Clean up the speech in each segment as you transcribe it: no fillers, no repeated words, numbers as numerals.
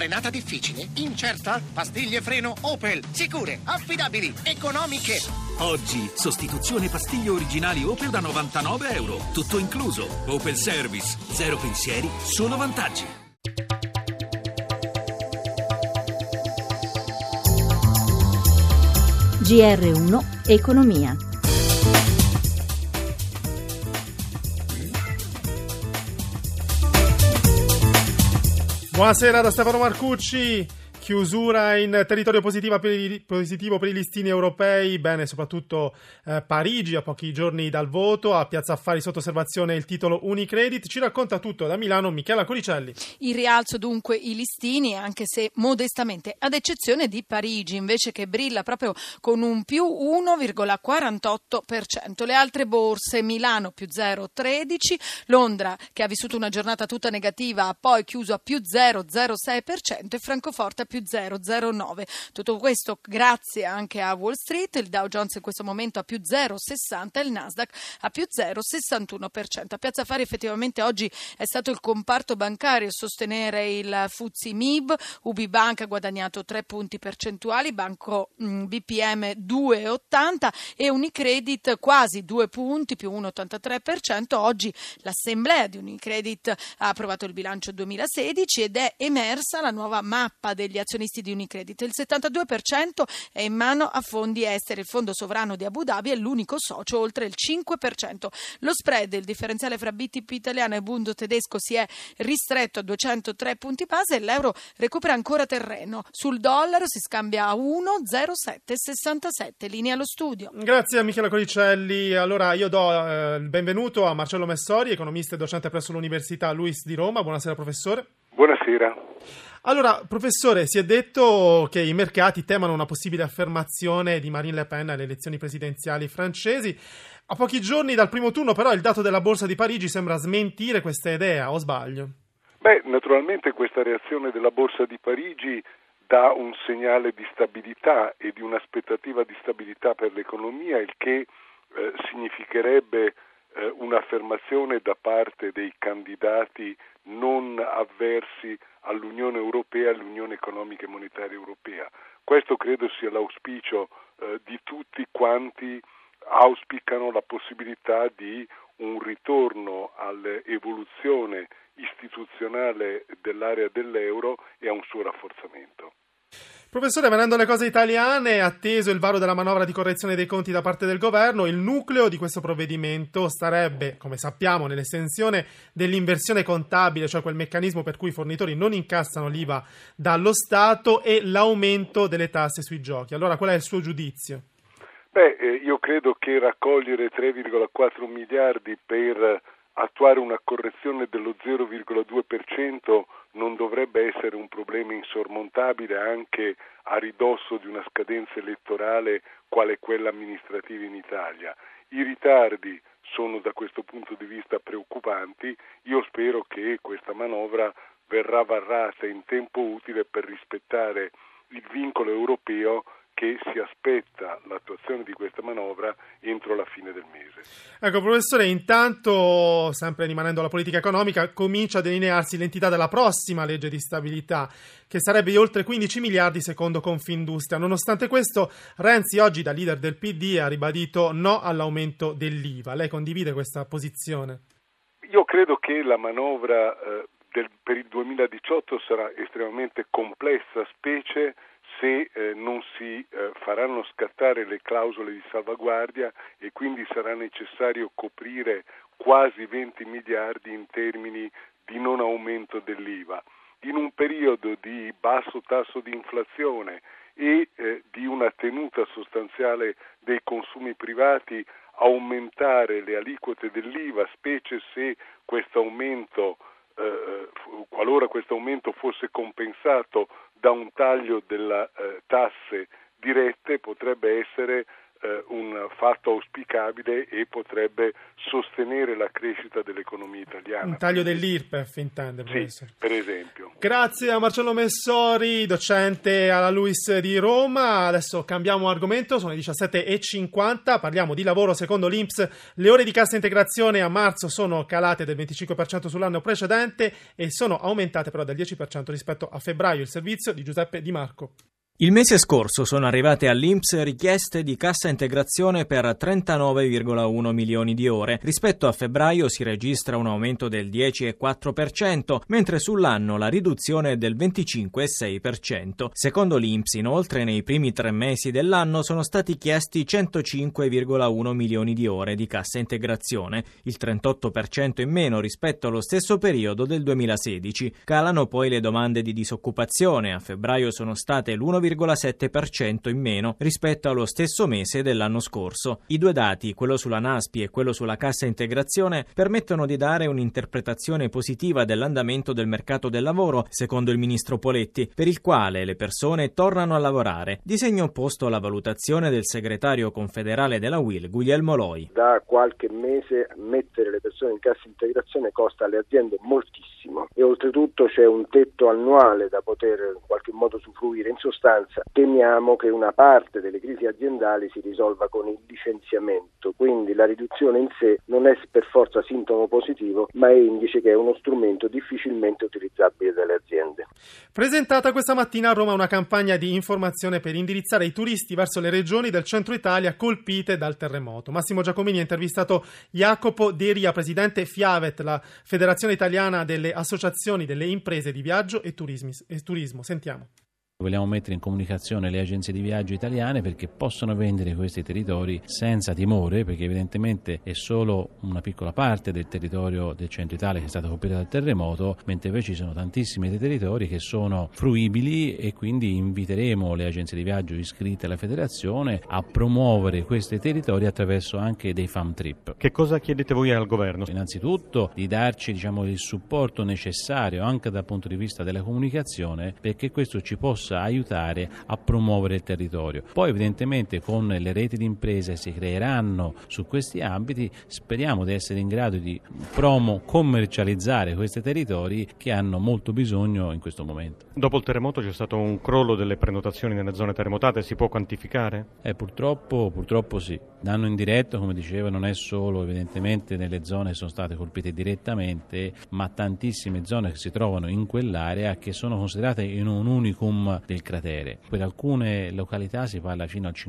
Frenata difficile? Incerta? Pastiglie freno Opel. Sicure, affidabili, economiche. Oggi, sostituzione pastiglie originali Opel da €99. Tutto incluso. Opel Service. Zero pensieri, solo vantaggi. GR1 Economia. Buonasera da Stefano Marcucci. Chiusura in territorio positivo per i listini europei, bene soprattutto Parigi a pochi giorni dal voto, a Piazza Affari sotto osservazione il titolo Unicredit. Ci racconta tutto da Milano Michela Coricelli. Il rialzo dunque i listini, anche se modestamente, ad eccezione di Parigi invece, che brilla proprio con un più 1,48%. Le altre borse, Milano più 0,13%, Londra che ha vissuto una giornata tutta negativa ha poi chiuso a più 0,06% e Francoforte più 0,09%. Tutto questo grazie anche a Wall Street. Il Dow Jones in questo momento a più 0,60% e il Nasdaq a più 0,61%. A Piazza Affari effettivamente oggi è stato il comparto bancario a sostenere il FTSE MIB. UBI ha guadagnato 3 punti percentuali, Banco BPM 2,80 e Unicredit quasi 2 punti, più 1,83%. Oggi l'assemblea di Unicredit ha approvato il bilancio 2016 ed è emersa la nuova mappa degli azionisti di Unicredit. Il 72% è in mano a fondi esteri. Il fondo sovrano di Abu Dhabi è l'unico socio, oltre il 5%. Lo spread, il differenziale fra BTP italiano e Bund tedesco, si è ristretto a 203 punti base e l'euro recupera ancora terreno. Sul dollaro si scambia a 1,0767. Linea allo studio. Grazie a Michela Coricelli. Allora io do il benvenuto a Marcello Messori, economista e docente presso l'Università Luis di Roma. Buonasera professore. Buonasera. Allora, professore, si è detto che i mercati temono una possibile affermazione di Marine Le Pen alle elezioni presidenziali francesi. A pochi giorni dal primo turno, però, il dato della Borsa di Parigi sembra smentire questa idea, o sbaglio? Naturalmente questa reazione della Borsa di Parigi dà un segnale di stabilità e di un'aspettativa di stabilità per l'economia, il che significherebbe un'affermazione da parte dei candidati non avversi all'Unione Europea, all'Unione Economica e Monetaria Europea. Questo credo sia l'auspicio di tutti quanti auspicano la possibilità di un ritorno all'evoluzione istituzionale dell'area dell'euro e a un suo rafforzamento. Professore, venendo alle cose italiane, atteso il varo della manovra di correzione dei conti da parte del governo, il nucleo di questo provvedimento starebbe, come sappiamo, nell'estensione dell'inversione contabile, cioè quel meccanismo per cui i fornitori non incassano l'IVA dallo Stato, e l'aumento delle tasse sui giochi. Allora, qual è il suo giudizio? Io credo che raccogliere 3,4 miliardi per attuare una correzione dello 0,2% non dovrebbe essere un problema insormontabile anche a ridosso di una scadenza elettorale quale quella amministrativa in Italia. I ritardi sono da questo punto di vista preoccupanti. Io spero che questa manovra verrà varata in tempo utile per rispettare il vincolo europeo che si aspetta l'attuazione di questa manovra entro la fine del mese. Ecco, professore, intanto, sempre rimanendo alla politica economica, comincia a delinearsi l'entità della prossima legge di stabilità, che sarebbe di oltre 15 miliardi secondo Confindustria. Nonostante questo, Renzi oggi, da leader del PD, ha ribadito no all'aumento dell'IVA. Lei condivide questa posizione? Io credo che la manovra per il 2018 sarà estremamente complessa, specie se non si faranno scattare le clausole di salvaguardia e quindi sarà necessario coprire quasi 20 miliardi in termini di non aumento dell'IVA. In un periodo di basso tasso di inflazione e di una tenuta sostanziale dei consumi privati, aumentare le aliquote dell'IVA, specie se questo aumento qualora questo aumento fosse compensato da un taglio delle tasse dirette, potrebbe essere un fatto auspicabile e potrebbe sostenere la crescita dell'economia italiana. Un taglio dell'IRPEF intende, professore? Sì, per esempio. Grazie a Marcello Messori, docente alla LUISS di Roma. Adesso cambiamo argomento, sono le 17:50, parliamo di lavoro. Secondo l'INPS le ore di cassa integrazione a marzo sono calate del 25% sull'anno precedente e sono aumentate però del 10% rispetto a febbraio. Il servizio di Giuseppe Di Marco. Il mese scorso sono arrivate all'INPS richieste di cassa integrazione per 39,1 milioni di ore. Rispetto a febbraio si registra un aumento del 10,4%, mentre sull'anno la riduzione è del 25,6%. Secondo l'INPS, inoltre, nei primi 3 mesi dell'anno sono stati chiesti 105,1 milioni di ore di cassa integrazione, il 38% in meno rispetto allo stesso periodo del 2016. Calano poi le domande di disoccupazione. A febbraio sono state l'1,7% in meno rispetto allo stesso mese dell'anno scorso. I due dati, quello sulla NASPI e quello sulla cassa integrazione, permettono di dare un'interpretazione positiva dell'andamento del mercato del lavoro, secondo il ministro Poletti, per il quale le persone tornano a lavorare. Di segno opposto alla valutazione del segretario confederale della UIL, Guglielmo Loi. Da qualche mese mettere le persone in cassa integrazione costa alle aziende moltissimo e oltretutto c'è un tetto annuale da poter in qualche modo usufruire. In sostanza temiamo che una parte delle crisi aziendali si risolva con il licenziamento, quindi la riduzione in sé non è per forza sintomo positivo, ma è indice che è uno strumento difficilmente utilizzabile dalle aziende. Presentata questa mattina a Roma una campagna di informazione per indirizzare i turisti verso le regioni del centro Italia colpite dal terremoto. Massimo Giacomini ha intervistato Jacopo Deria, presidente FIAVET, la Federazione Italiana delle Associazioni delle Imprese di Viaggio e Turismo. Sentiamo. Vogliamo mettere in comunicazione le agenzie di viaggio italiane perché possono vendere questi territori senza timore, perché evidentemente è solo una piccola parte del territorio del centro Italia che è stato colpito dal terremoto, mentre invece ci sono tantissimi dei territori che sono fruibili e quindi inviteremo le agenzie di viaggio iscritte alla federazione a promuovere questi territori attraverso anche dei farm trip. Che cosa chiedete voi al governo? Innanzitutto di darci il supporto necessario anche dal punto di vista della comunicazione perché questo ci possa aiutare a promuovere il territorio. Poi evidentemente con le reti di imprese si creeranno su questi ambiti, speriamo di essere in grado di commercializzare questi territori che hanno molto bisogno in questo momento. Dopo il terremoto c'è stato un crollo delle prenotazioni nelle zone terremotate, si può quantificare? Purtroppo sì. Danno indiretto, come dicevo, non è solo evidentemente nelle zone che sono state colpite direttamente, ma tantissime zone che si trovano in quell'area che sono considerate in un unicum del cratere. Per alcune località si parla fino al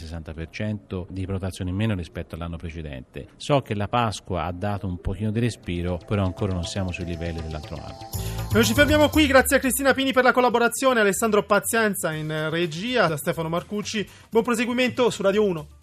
50-60% di prenotazioni in meno rispetto all'anno precedente. So che la Pasqua ha dato un pochino di respiro, però ancora non siamo sui livelli dell'altro anno. Noi ci fermiamo qui, grazie a Cristina Pini per la collaborazione, Alessandro Pazienza in regia, da Stefano Marcucci. Buon proseguimento su Radio 1.